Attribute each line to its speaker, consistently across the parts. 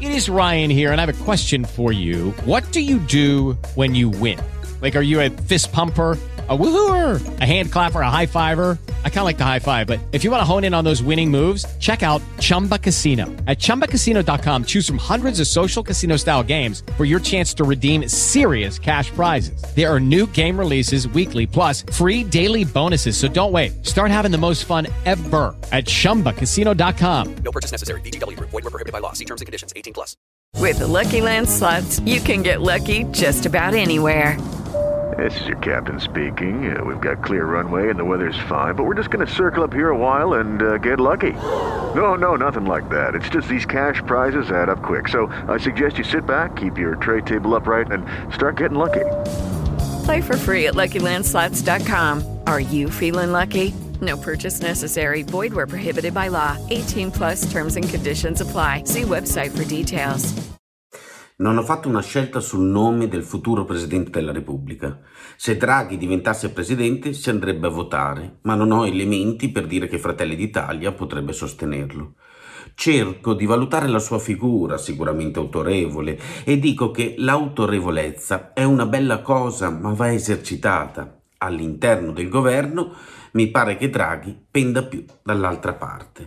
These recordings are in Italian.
Speaker 1: It is Ryan here, and I have a question for you. What do you do when you win? Like, are you a fist pumper, a woohooer, a hand clapper, a high fiver? I kind of like the high five, but if you want to hone in on those winning moves, check out Chumba Casino. At ChumbaCasino.com, choose from hundreds of social casino style games for your chance to redeem serious cash prizes. There are new game releases weekly, plus free daily bonuses. So don't wait. Start having the most fun ever at ChumbaCasino.com.
Speaker 2: No purchase necessary. VGW Group. Void where prohibited by law. See terms and conditions. 18 plus.
Speaker 3: With the Lucky Land Slots, you can get lucky just about anywhere.
Speaker 4: This is your captain speaking. We've got clear runway and the weather's fine, but we're just going to circle up here a while and get lucky. No, nothing like that. It's just these cash prizes add up quick. So I suggest you sit back, keep your tray table upright, and start getting lucky.
Speaker 3: Play for free at LuckyLandSlots.com. Are you feeling lucky? No purchase necessary. Void where prohibited by law. 18 plus terms and conditions apply. See website for details.
Speaker 5: Non ho fatto una scelta sul nome del futuro Presidente della Repubblica. Se Draghi diventasse Presidente si andrebbe a votare, ma non ho elementi per dire che Fratelli d'Italia potrebbe sostenerlo. Cerco di valutare la sua figura, sicuramente autorevole, e dico che l'autorevolezza è una bella cosa, ma va esercitata. All'interno del governo mi pare che Draghi penda più dall'altra parte.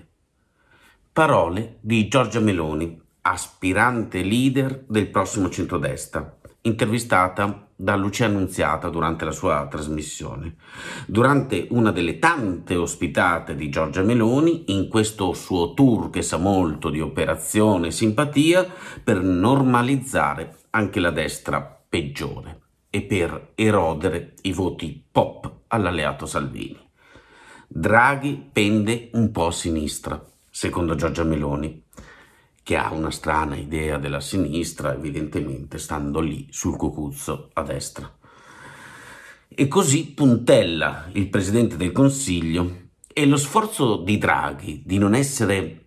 Speaker 5: Parole di Giorgia Meloni, aspirante leader del prossimo centrodestra, intervistata da Lucia Annunziata durante la sua trasmissione. Durante una delle tante ospitate di Giorgia Meloni in questo suo tour che sa molto di operazione simpatia per normalizzare anche la destra peggiore e per erodere i voti pop all'alleato Salvini. Draghi pende un po' a sinistra, secondo Giorgia Meloni, che ha una strana idea della sinistra, evidentemente stando lì sul cucuzzo a destra. E così puntella il Presidente del Consiglio e lo sforzo di Draghi di non essere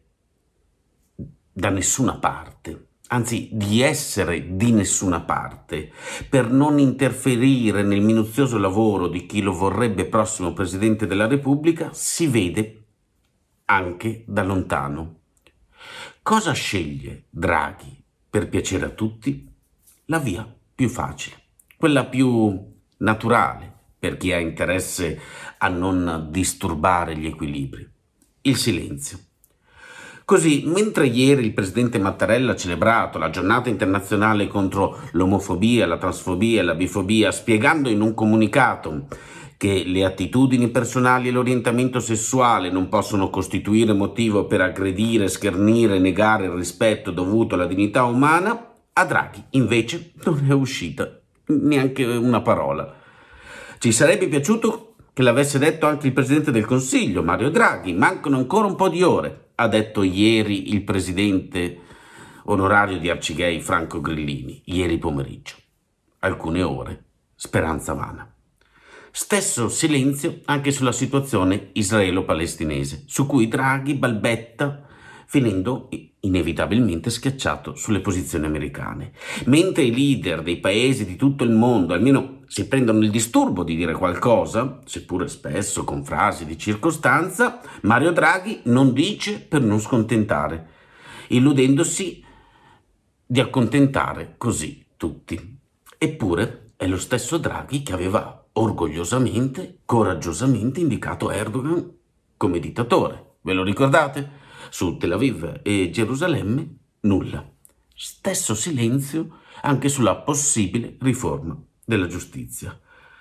Speaker 5: da nessuna parte, anzi di essere di nessuna parte, per non interferire nel minuzioso lavoro di chi lo vorrebbe prossimo Presidente della Repubblica, si vede anche da lontano. Cosa sceglie Draghi per piacere a tutti? La via più facile, quella più naturale per chi ha interesse a non disturbare gli equilibri, il silenzio. Così, mentre ieri il presidente Mattarella ha celebrato la giornata internazionale contro l'omofobia, la transfobia e la bifobia, spiegando in un comunicato che le attitudini personali e l'orientamento sessuale non possono costituire motivo per aggredire, schernire e negare il rispetto dovuto alla dignità umana, a Draghi invece non è uscita neanche una parola. Ci sarebbe piaciuto che l'avesse detto anche il Presidente del Consiglio, Mario Draghi. Mancano ancora un po' di ore, ha detto ieri il Presidente onorario di Arcigay Franco Grillini, ieri pomeriggio. Alcune ore, speranza vana. Stesso silenzio anche sulla situazione israelo-palestinese, su cui Draghi balbetta, finendo inevitabilmente schiacciato sulle posizioni americane. Mentre i leader dei paesi di tutto il mondo almeno si prendono il disturbo di dire qualcosa, seppure spesso con frasi di circostanza, Mario Draghi non dice per non scontentare, illudendosi di accontentare così tutti. Eppure è lo stesso Draghi che aveva orgogliosamente, coraggiosamente indicato Erdogan come dittatore. Ve lo ricordate? Su Tel Aviv e Gerusalemme nulla. Stesso silenzio anche sulla possibile riforma della giustizia.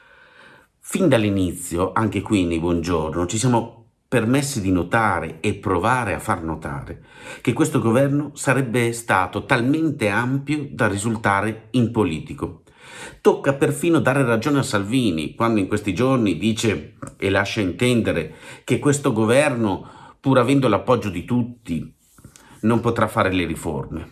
Speaker 5: Fin dall'inizio, anche qui nei Buongiorno, ci siamo permessi di notare e provare a far notare che questo governo sarebbe stato talmente ampio da risultare impolitico. Tocca perfino dare ragione a Salvini quando in questi giorni dice e lascia intendere che questo governo, pur avendo l'appoggio di tutti, non potrà fare le riforme.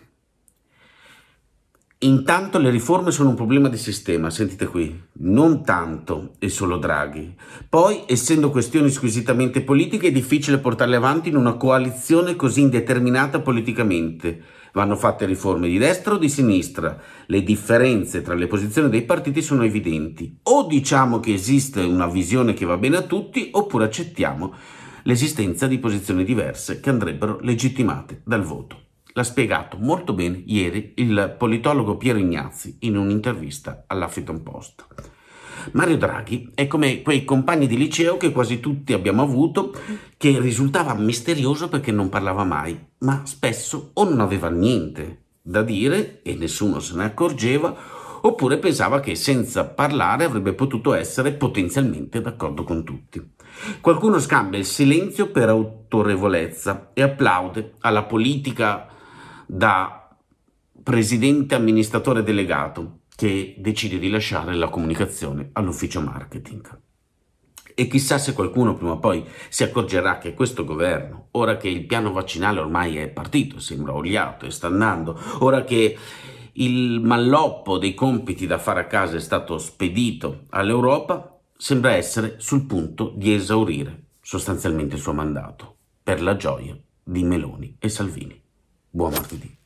Speaker 5: Intanto le riforme sono un problema di sistema, sentite qui, non tanto e solo Draghi. Poi, essendo questioni squisitamente politiche, è difficile portarle avanti in una coalizione così indeterminata politicamente. Vanno fatte riforme di destra o di sinistra. Le differenze tra le posizioni dei partiti sono evidenti. O diciamo che esiste una visione che va bene a tutti, oppure accettiamo l'esistenza di posizioni diverse che andrebbero legittimate dal voto. L'ha spiegato molto bene ieri il politologo Piero Ignazzi in un'intervista all'Huffington Post. Mario Draghi è come quei compagni di liceo che quasi tutti abbiamo avuto, che risultava misterioso perché non parlava mai, ma spesso o non aveva niente da dire e nessuno se ne accorgeva, oppure pensava che senza parlare avrebbe potuto essere potenzialmente d'accordo con tutti. Qualcuno scambia il silenzio per autorevolezza e applaude alla politica da presidente amministratore delegato che decide di lasciare la comunicazione all'ufficio marketing. E chissà se qualcuno prima o poi si accorgerà che questo governo, ora che il piano vaccinale ormai è partito, sembra oliato e sta andando, ora che il malloppo dei compiti da fare a casa è stato spedito all'Europa, sembra essere sul punto di esaurire sostanzialmente il suo mandato, per la gioia di Meloni e Salvini. Buon martedì.